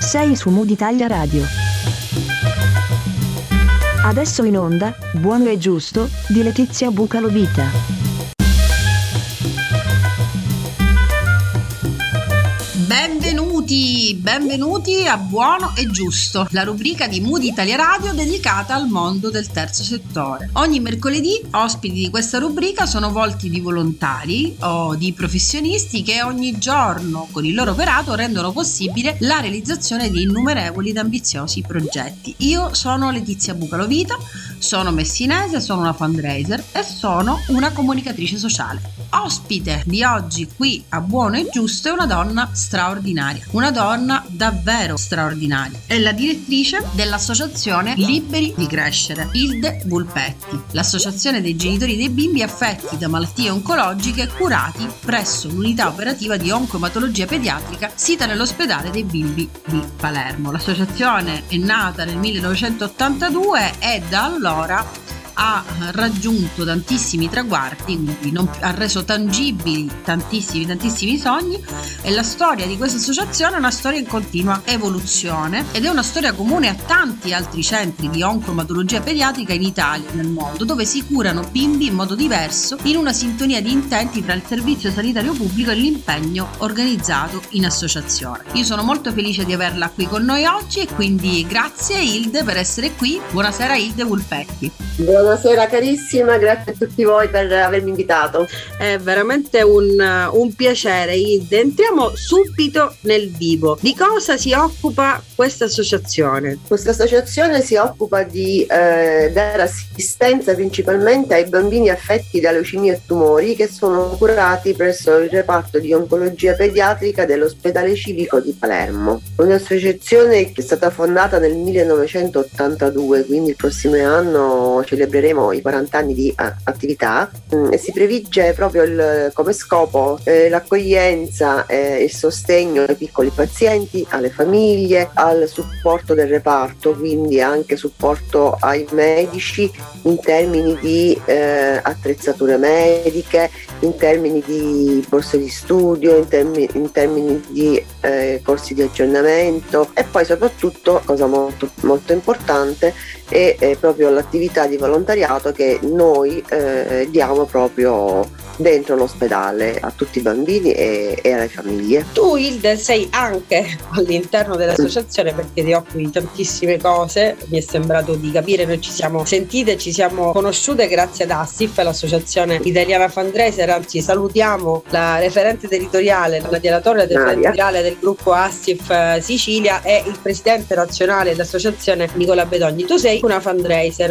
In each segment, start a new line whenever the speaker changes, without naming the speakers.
Sei su Mood Italia Radio. Adesso in onda, Buono e Giusto, di Letizia Bucalovita.
Benvenuti a Buono e Giusto, la rubrica di Mood Italia Radio dedicata al mondo del terzo settore. Ogni mercoledì ospiti di questa rubrica sono volti di volontari o di professionisti che ogni giorno con il loro operato rendono possibile la realizzazione di innumerevoli ed ambiziosi progetti. Io sono Letizia Bucalovita, sono messinese, sono una fundraiser e sono una comunicatrice sociale. Ospite di oggi qui a Buono e Giusto è una donna straordinaria, una donna davvero straordinaria. È la direttrice dell'associazione Liberi di Crescere, Hilde Vulpetti, l'associazione dei genitori dei bimbi affetti da malattie oncologiche curati presso l'unità operativa di oncoematologia pediatrica sita nell'ospedale dei bimbi di Palermo. L'associazione è nata nel 1982 e da allora ha raggiunto tantissimi traguardi, quindi ha reso tangibili tantissimi sogni, e la storia di questa associazione è una storia in continua evoluzione ed è una storia comune a tanti altri centri di oncoematologia pediatrica in Italia e nel mondo, dove si curano bimbi in modo diverso, in una sintonia di intenti tra il servizio sanitario pubblico e l'impegno organizzato in associazione. Io sono molto felice di averla qui con noi oggi e quindi grazie Hilde per essere qui. Buonasera Hilde Vulpetti.
Buonasera carissima, grazie a tutti voi per avermi invitato.
È veramente un piacere Hilde. Entriamo subito nel vivo. Di cosa si occupa questa associazione?
Questa associazione si occupa di dare assistenza principalmente ai bambini affetti da leucemia e tumori che sono curati presso il reparto di oncologia pediatrica dell'ospedale civico di Palermo. Un'associazione che è stata fondata nel 1982, quindi il prossimo anno celebreremo i 40 anni di attività, e si previge proprio come scopo l'accoglienza e il sostegno ai piccoli pazienti, alle famiglie, al supporto del reparto, quindi anche supporto ai medici in termini di attrezzature mediche, in termini di borse di studio, in termini di corsi di aggiornamento, e poi soprattutto, cosa molto, molto importante, è proprio l'attività di volontariato che noi diamo proprio dentro l'ospedale a tutti i bambini e alle famiglie.
Tu Hilde sei anche all'interno dell'associazione perché ti occupi di tantissime cose, mi è sembrato di capire. Noi ci siamo sentite, ci siamo conosciute grazie ad ASSIF, l'Associazione Italiana Fundraiser, anzi salutiamo la referente territoriale, la direttore territoriale del gruppo ASSIF Sicilia e il presidente nazionale dell'associazione Nicola Bedogni. Tu sei una fundraiser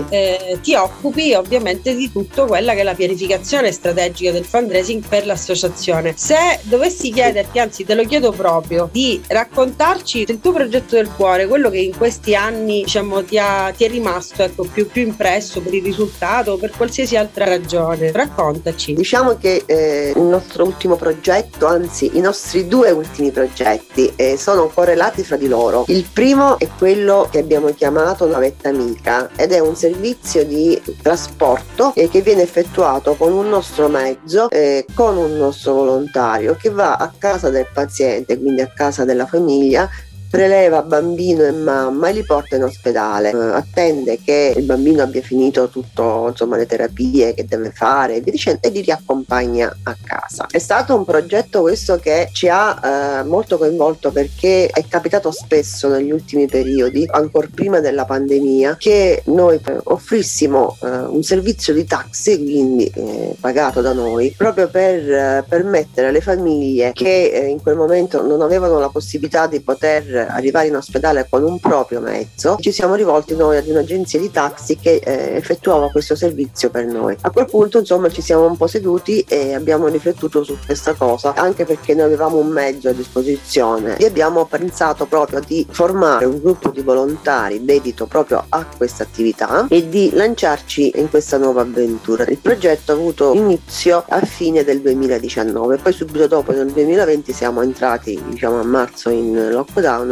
e ti occupi ovviamente di tutto quella che è la pianificazione strategica del fundraising per l'associazione. Se dovessi chiederti, anzi te lo chiedo proprio, di raccontarci il tuo progetto del cuore, quello che in questi anni diciamo ti è rimasto, ecco, più impresso per il risultato o per qualsiasi altra ragione, raccontaci.
Diciamo che il nostro ultimo progetto, anzi i nostri due ultimi progetti sono correlati fra di loro. Il primo è quello che abbiamo chiamato Navetta Amica ed è un servizio di trasporto che viene effettuato con un nostro mezzo, con un nostro volontario che va a casa del paziente, quindi a casa della famiglia, preleva bambino e mamma e li porta in ospedale, attende che il bambino abbia finito tutto, insomma, le terapie che deve fare e li riaccompagna a casa. È stato un progetto questo che ci ha molto coinvolto, perché è capitato spesso negli ultimi periodi, ancora prima della pandemia, che noi offrissimo un servizio di taxi, quindi pagato da noi, proprio per permettere alle famiglie che in quel momento non avevano la possibilità di poter arrivare in ospedale con un proprio mezzo. Ci siamo rivolti noi ad un'agenzia di taxi che effettuava questo servizio per noi. A quel punto, insomma, ci siamo un po' seduti e abbiamo riflettuto su questa cosa, anche perché noi avevamo un mezzo a disposizione e abbiamo pensato proprio di formare un gruppo di volontari dedito proprio a questa attività e di lanciarci in questa nuova avventura. Il progetto ha avuto inizio a fine del 2019, poi subito dopo nel 2020 siamo entrati, diciamo, a marzo in lockdown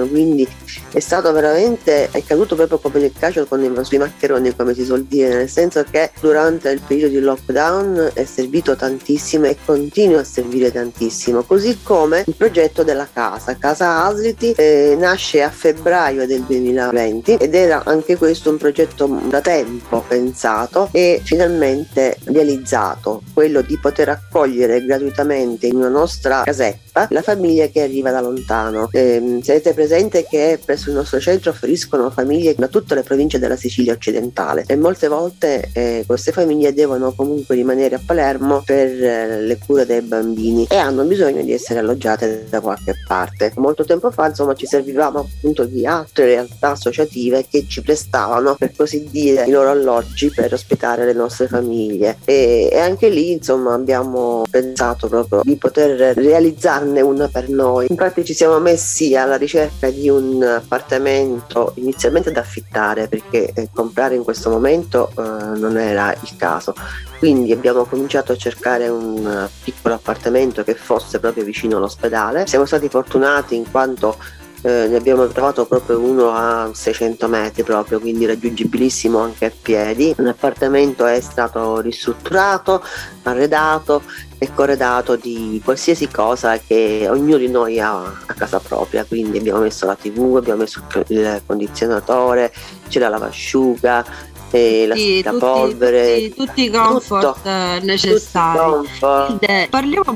lontano, quindi è stato veramente, è caduto proprio come nel cacio sui maccheroni, come si suol dire, nel senso che durante il periodo di lockdown è servito tantissimo e continua a servire tantissimo, così come il progetto della Casa Asliti nasce a febbraio del 2020 ed era anche questo un progetto da tempo pensato e finalmente realizzato, quello di poter accogliere gratuitamente in una nostra casetta la famiglia che arriva da lontano. Siete presente che presso il nostro centro affluiscono famiglie da tutte le province della Sicilia occidentale e molte volte queste famiglie devono comunque rimanere a Palermo per le cure dei bambini e hanno bisogno di essere alloggiate da qualche parte. Molto tempo fa insomma ci servivamo appunto di altre realtà associative che ci prestavano, per così dire, i loro alloggi per ospitare le nostre famiglie e anche lì insomma abbiamo pensato proprio di poter realizzarne una per noi. Infatti ci siamo messi alla ricerca di un appartamento inizialmente da affittare, perché comprare in questo momento non era il caso, quindi abbiamo cominciato a cercare un piccolo appartamento che fosse proprio vicino all'ospedale. Siamo stati fortunati in quanto ne abbiamo trovato proprio uno a 600 metri proprio, quindi raggiungibilissimo anche a piedi. Un appartamento è stato ristrutturato, arredato e corredato di qualsiasi cosa che ognuno di noi ha a casa propria, quindi abbiamo messo la TV, abbiamo messo il condizionatore, c'è la lavasciuga, l'aspirapolvere,
tutti i comfort necessari. Parliamo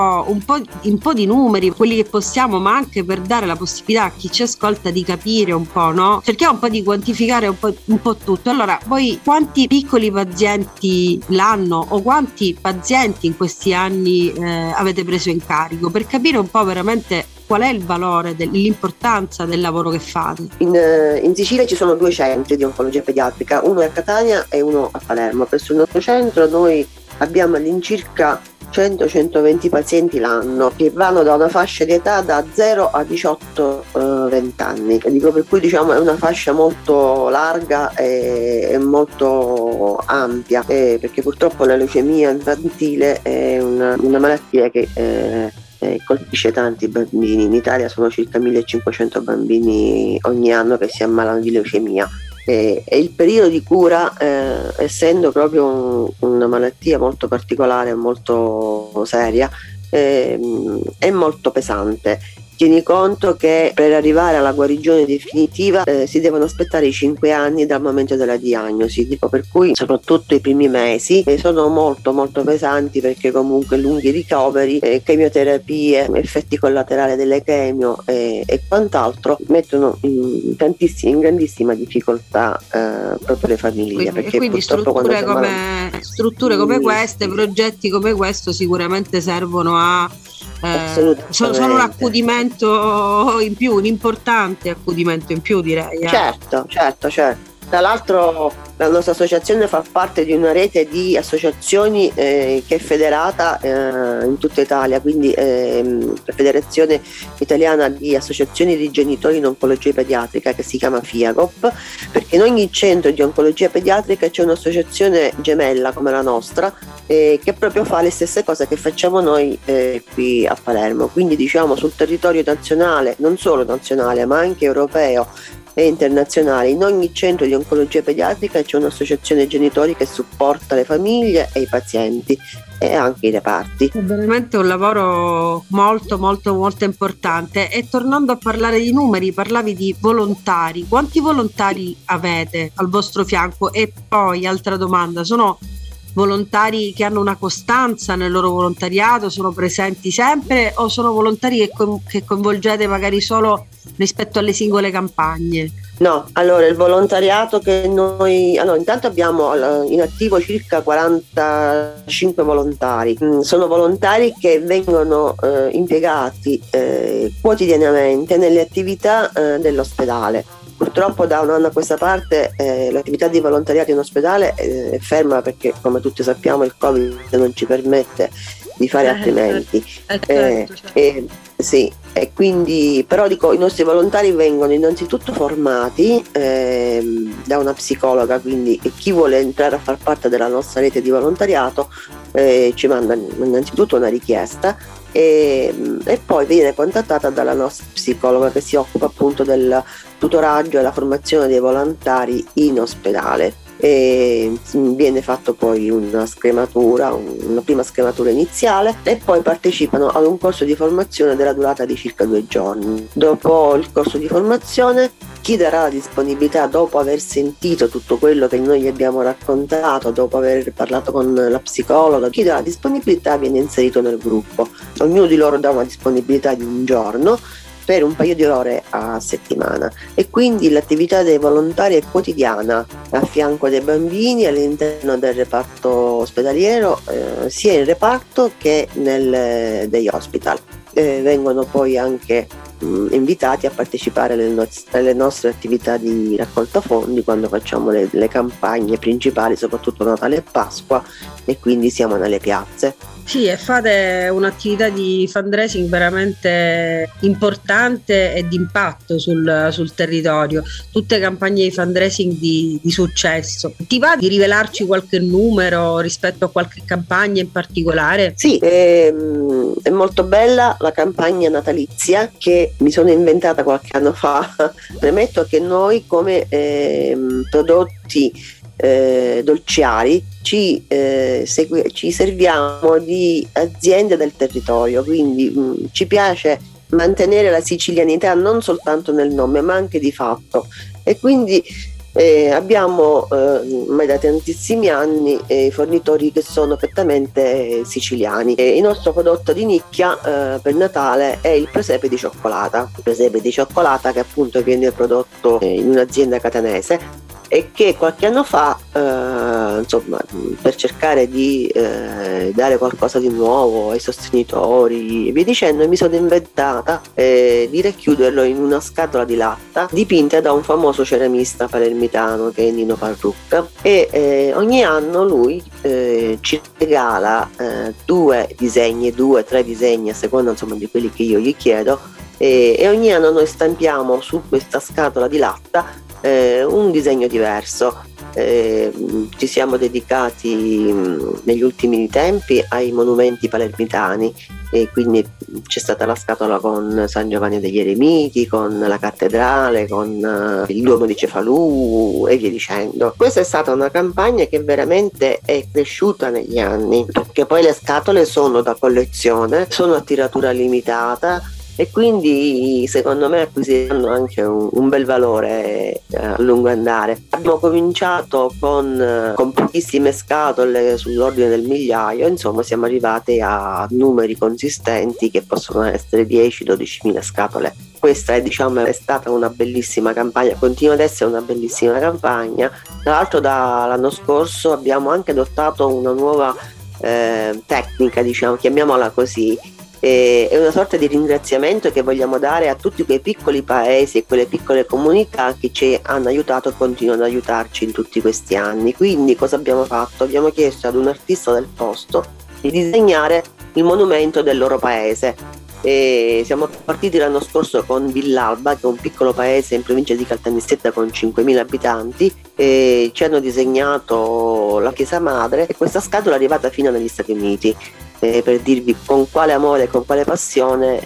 un po' di numeri, quelli che possiamo, ma anche per dare la possibilità a chi ci ascolta di capire un po', no? Cerchiamo un po' di quantificare un po' tutto. Allora, voi quanti piccoli pazienti l'anno o quanti pazienti in questi anni avete preso in carico, per capire un po' veramente qual è il valore, l'importanza del lavoro che fate?
In Sicilia ci sono 2 centri di oncologia pediatrica, uno è a Catania e uno a Palermo. Presso il nostro centro noi abbiamo all'incirca 100-120 pazienti l'anno che vanno da una fascia di età da 0 a 18-20 anni. Dico, per cui diciamo è una fascia molto larga e molto ampia, perché purtroppo la leucemia infantile è una malattia che colpisce tanti bambini. In Italia sono circa 1500 bambini ogni anno che si ammalano di leucemia e il periodo di cura, essendo proprio una malattia molto particolare, molto seria, è molto pesante. Tieni conto che per arrivare alla guarigione definitiva si devono aspettare i 5 anni dal momento della diagnosi, tipo, per cui soprattutto i primi mesi sono molto molto pesanti, perché comunque lunghi ricoveri, chemioterapie, effetti collaterali delle chemio e quant'altro mettono in grandissima difficoltà proprio le famiglie.
Quindi strutture come queste, progetti come questo sicuramente servono a sono un accudimento in più, un importante accudimento in più, direi.
Certo. Tra l'altro la nostra associazione fa parte di una rete di associazioni che è federata in tutta Italia, quindi la Federazione Italiana di Associazioni di Genitori in Oncologia Pediatrica, che si chiama FIAGOP, perché in ogni centro di oncologia pediatrica c'è un'associazione gemella come la nostra che proprio fa le stesse cose che facciamo noi qui a Palermo. Quindi diciamo sul territorio nazionale, non solo nazionale ma anche europeo e internazionali, in ogni centro di oncologia pediatrica c'è un'associazione genitori che supporta le famiglie e i pazienti e anche i reparti.
È veramente un lavoro molto molto molto importante. E tornando a parlare di numeri, parlavi di volontari. Quanti volontari avete al vostro fianco? E poi, altra domanda, sono volontari che hanno una costanza nel loro volontariato, sono presenti sempre, o sono volontari che coinvolgete magari solo rispetto alle singole campagne?
No, allora il volontariato che noi intanto abbiamo in attivo circa 45 volontari. Sono volontari che vengono impiegati quotidianamente nelle attività dell'ospedale. Purtroppo da un anno a questa parte l'attività di volontariato in ospedale è ferma, perché come tutti sappiamo il Covid non ci permette di fare altrimenti.
Certo.
Sì, e quindi però dico, i nostri volontari vengono innanzitutto formati da una psicologa, quindi chi vuole entrare a far parte della nostra rete di volontariato ci manda innanzitutto una richiesta e poi viene contattata dalla nostra psicologa che si occupa appunto del tutoraggio e la formazione dei volontari in ospedale. E viene fatto poi una prima scrematura iniziale e poi partecipano ad un corso di formazione della durata di circa 2 giorni. Dopo il corso di formazione, chi darà la disponibilità, dopo aver sentito tutto quello che noi gli abbiamo raccontato, dopo aver parlato con la psicologa, chi dà la disponibilità viene inserito nel gruppo. Ognuno di loro dà una disponibilità di un giorno per un paio di ore a settimana, e quindi l'attività dei volontari è quotidiana a fianco dei bambini all'interno del reparto ospedaliero, sia in reparto che degli hospital. Vengono poi anche invitati a partecipare alle nostre attività di raccolta fondi quando facciamo le campagne principali, soprattutto Natale e Pasqua, e quindi siamo nelle piazze.
Sì, e fate un'attività di fundraising veramente importante e di impatto sul territorio, tutte campagne di fundraising di successo. Ti va di rivelarci qualche numero rispetto a qualche campagna in particolare?
Sì, è molto bella la campagna natalizia che mi sono inventata qualche anno fa. Premetto che noi come prodotti dolciari ci serviamo di aziende del territorio, quindi ci piace mantenere la sicilianità non soltanto nel nome ma anche di fatto, e quindi abbiamo ormai da tantissimi anni fornitori che sono prettamente siciliani. Il nostro prodotto di nicchia per Natale è il presepe di cioccolata, che appunto viene prodotto in un'azienda catanese e che qualche anno fa, insomma, per cercare di dare qualcosa di nuovo ai sostenitori e via dicendo, mi sono inventata di racchiuderlo in una scatola di latta dipinta da un famoso ceramista palermitano che è Nino Parrucca, e ogni anno lui ci regala 2, 3 disegni a seconda, insomma, di quelli che io gli chiedo, e ogni anno noi stampiamo su questa scatola di latta un disegno diverso. Ci siamo dedicati negli ultimi tempi ai monumenti palermitani, e quindi c'è stata la scatola con San Giovanni degli Eremiti, con la cattedrale, con il Duomo di Cefalù e via dicendo. Questa è stata una campagna che veramente è cresciuta negli anni, perché poi le scatole sono da collezione, sono a tiratura limitata, e quindi secondo me acquisiranno anche un bel valore a lungo andare. Abbiamo cominciato con pochissime scatole sull'ordine del migliaio, insomma siamo arrivati a numeri consistenti che possono essere 10-12 mila scatole. Questa è stata una bellissima campagna, continua ad essere una bellissima campagna. Tra l'altro dall'anno scorso abbiamo anche adottato una nuova tecnica, chiamiamola così. È una sorta di ringraziamento che vogliamo dare a tutti quei piccoli paesi e quelle piccole comunità che ci hanno aiutato e continuano ad aiutarci in tutti questi anni. Quindi cosa abbiamo fatto? Abbiamo chiesto ad un artista del posto di disegnare il monumento del loro paese. E siamo partiti l'anno scorso con Villalba, che è un piccolo paese in provincia di Caltanissetta con 5.000 abitanti, e ci hanno disegnato la chiesa madre, e questa scatola è arrivata fino negli Stati Uniti. Per dirvi con quale amore e con quale passione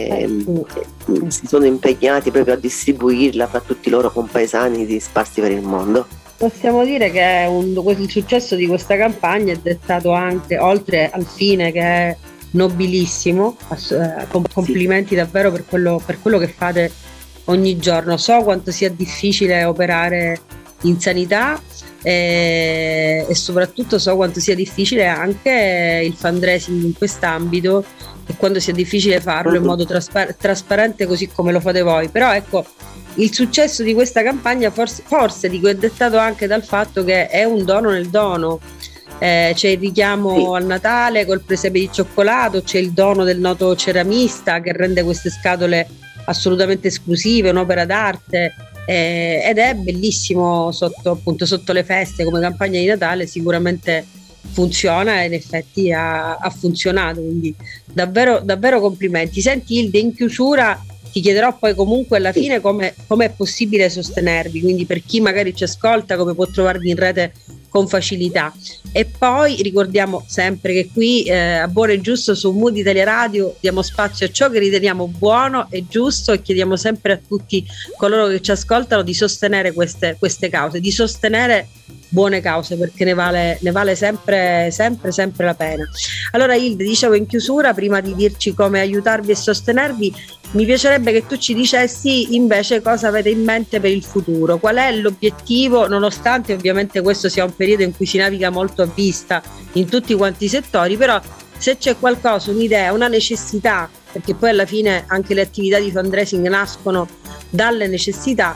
si sono impegnati proprio a distribuirla fra tutti i loro compaesani sparsi per il mondo.
Possiamo dire che il successo di questa campagna è dettato anche, oltre al fine che è nobilissimo, complimenti davvero per quello che fate ogni giorno. So quanto sia difficile operare in sanità, e soprattutto so quanto sia difficile anche il fundraising in quest'ambito, e quando sia difficile farlo in modo trasparente così come lo fate voi. Però ecco, il successo di questa campagna forse dico è dettato anche dal fatto che è un dono nel dono. C'è il richiamo al Natale col presepe di cioccolato, c'è il dono del noto ceramista che rende queste scatole assolutamente esclusive, un'opera d'arte, ed è bellissimo sotto le feste come campagna di Natale. Sicuramente funziona, e in effetti ha funzionato, quindi davvero, davvero complimenti. Senti Ilde, in chiusura ti chiederò poi comunque alla fine come è possibile sostenervi, quindi per chi magari ci ascolta come può trovarvi in rete con facilità, E poi ricordiamo sempre che qui a Buono e Giusto su Mood Italia Radio diamo spazio a ciò che riteniamo buono e giusto, e chiediamo sempre a tutti coloro che ci ascoltano di sostenere queste cause, di sostenere buone cause, perché ne vale sempre la pena. Allora Hilde, dicevo in chiusura, prima di dirci come aiutarvi e sostenervi, mi piacerebbe che tu ci dicessi invece cosa avete in mente per il futuro, qual è l'obiettivo, nonostante ovviamente questo sia un periodo in cui si naviga molto a vista in tutti quanti i settori, però se c'è qualcosa, un'idea, una necessità, perché poi alla fine anche le attività di fundraising nascono dalle necessità,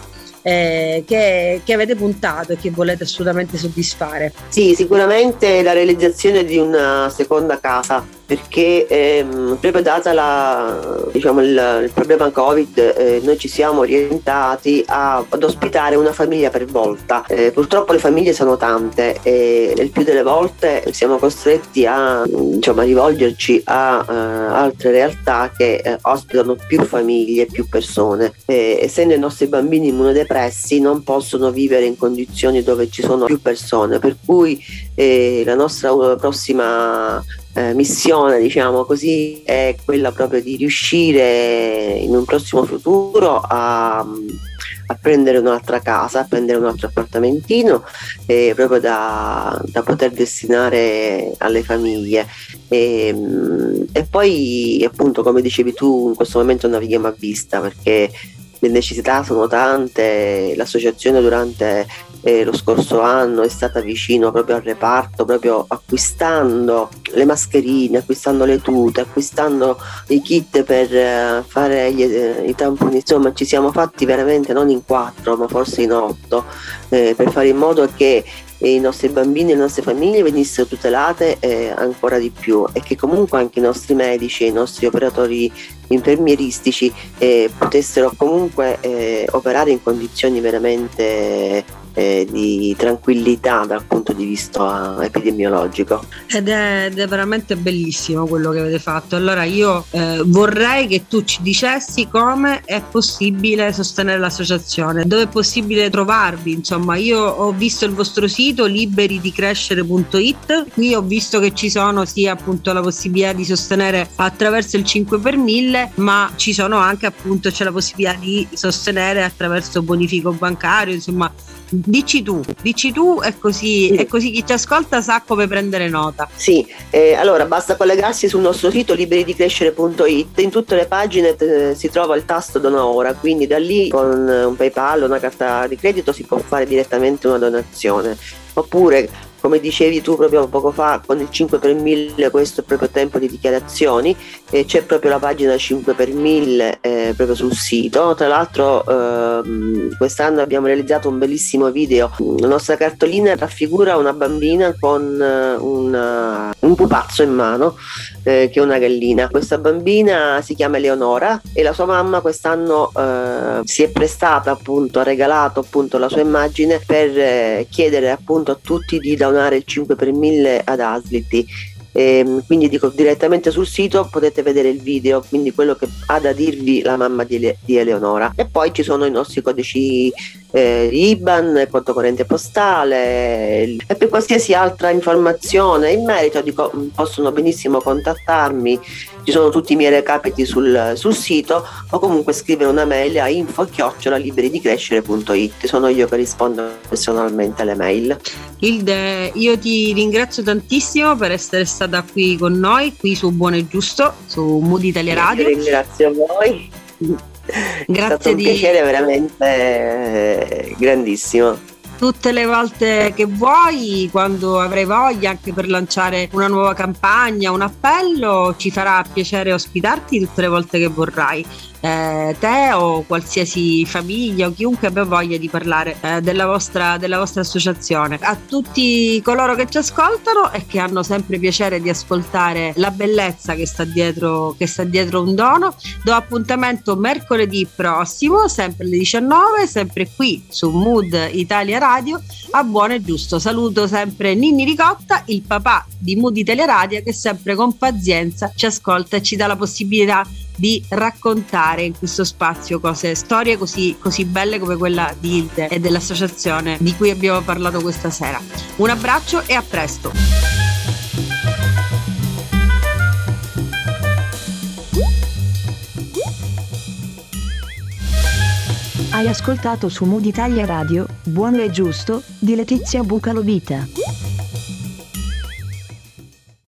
che avete puntato e che volete assolutamente soddisfare.
Sì, sicuramente la realizzazione di una seconda casa, perché proprio data il problema Covid, noi ci siamo orientati ad ospitare una famiglia per volta. Purtroppo le famiglie sono tante e nel più delle volte siamo costretti a rivolgerci a altre realtà che ospitano più famiglie, più persone. Essendo i nostri bambini immunodepressi non possono vivere in condizioni dove ci sono più persone, per cui la nostra prossima missione, diciamo così, è quella proprio di riuscire in un prossimo futuro a prendere un'altra casa, a prendere un altro appartamentino, proprio da poter destinare alle famiglie. E poi appunto, come dicevi tu, in questo momento navighiamo a vista perché le necessità sono tante. L'associazione durante lo scorso anno è stata vicino proprio al reparto, proprio acquistando le mascherine, acquistando le tute, acquistando i kit per fare i tamponi. Insomma, ci siamo fatti veramente non in 4 ma forse in 8 per fare in modo che i nostri bambini e le nostre famiglie venissero tutelate ancora di più, e che comunque anche i nostri medici e i nostri operatori infermieristici potessero comunque operare in condizioni veramente di tranquillità dal punto di vista epidemiologico.
Ed è veramente bellissimo quello che avete fatto. Allora io vorrei che tu ci dicessi come è possibile sostenere l'associazione, dove è possibile trovarvi. Insomma, io ho visto il vostro sito liberidicrescere.it, qui ho visto che ci sono sia appunto la possibilità di sostenere attraverso il 5 per 1000, ma ci sono anche appunto, c'è la possibilità di sostenere attraverso bonifico bancario. Insomma, dici tu e così chi ci ascolta sa come prendere nota.
Sì, allora basta collegarsi sul nostro sito liberidicrescere.it. In tutte le pagine si trova il tasto Dona Ora, quindi da lì con un PayPal o una carta di credito si può fare direttamente una donazione, oppure come dicevi tu proprio poco fa, con il 5 per 1000 questo è proprio tempo di dichiarazioni, c'è proprio la pagina 5 per 1000 proprio sul sito. Tra l'altro quest'anno abbiamo realizzato un bellissimo video. La nostra cartolina raffigura una bambina con un pupazzo in mano che è una gallina. Questa bambina si chiama Eleonora e la sua mamma quest'anno si è prestata appunto, ha regalato appunto la sua immagine per chiedere appunto a tutti di donare il 5 per 1000 ad Asliti. Quindi dico, direttamente sul sito potete vedere il video, quindi quello che ha da dirvi la mamma di Eleonora. E poi ci sono i nostri codici IBAN, conto corrente postale, e per qualsiasi altra informazione in merito possono benissimo contattarmi. Ci sono tutti i miei recapiti sul sito, o comunque scrivere una mail a info@liberidicrescere.it. Sono io che rispondo personalmente alle mail.
Hilde, io ti ringrazio tantissimo per essere stata qui con noi, qui su Buono e Giusto, su Mood Italia Radio.
Ringrazio a voi. È stato un piacere veramente grandissimo.
Tutte le volte che vuoi, quando avrai voglia, anche per lanciare una nuova campagna, un appello, ci farà piacere ospitarti tutte le volte che vorrai. Te o qualsiasi famiglia o chiunque abbia voglia di parlare della vostra associazione. A tutti coloro che ci ascoltano e che hanno sempre piacere di ascoltare la bellezza che sta dietro un dono, do appuntamento mercoledì prossimo, sempre alle 19, sempre qui su Mood Italia Radio, a Buono e Giusto. Saluto sempre Ninni Ricotta, il papà di Mood Italia Radio, che sempre con pazienza ci ascolta e ci dà la possibilità di raccontare in questo spazio storie così belle come quella di Hilde e dell'associazione di cui abbiamo parlato questa sera. Un abbraccio e a presto!
Hai ascoltato su Mood Italia Radio, Buono e Giusto, di Letizia Bucalo Vita.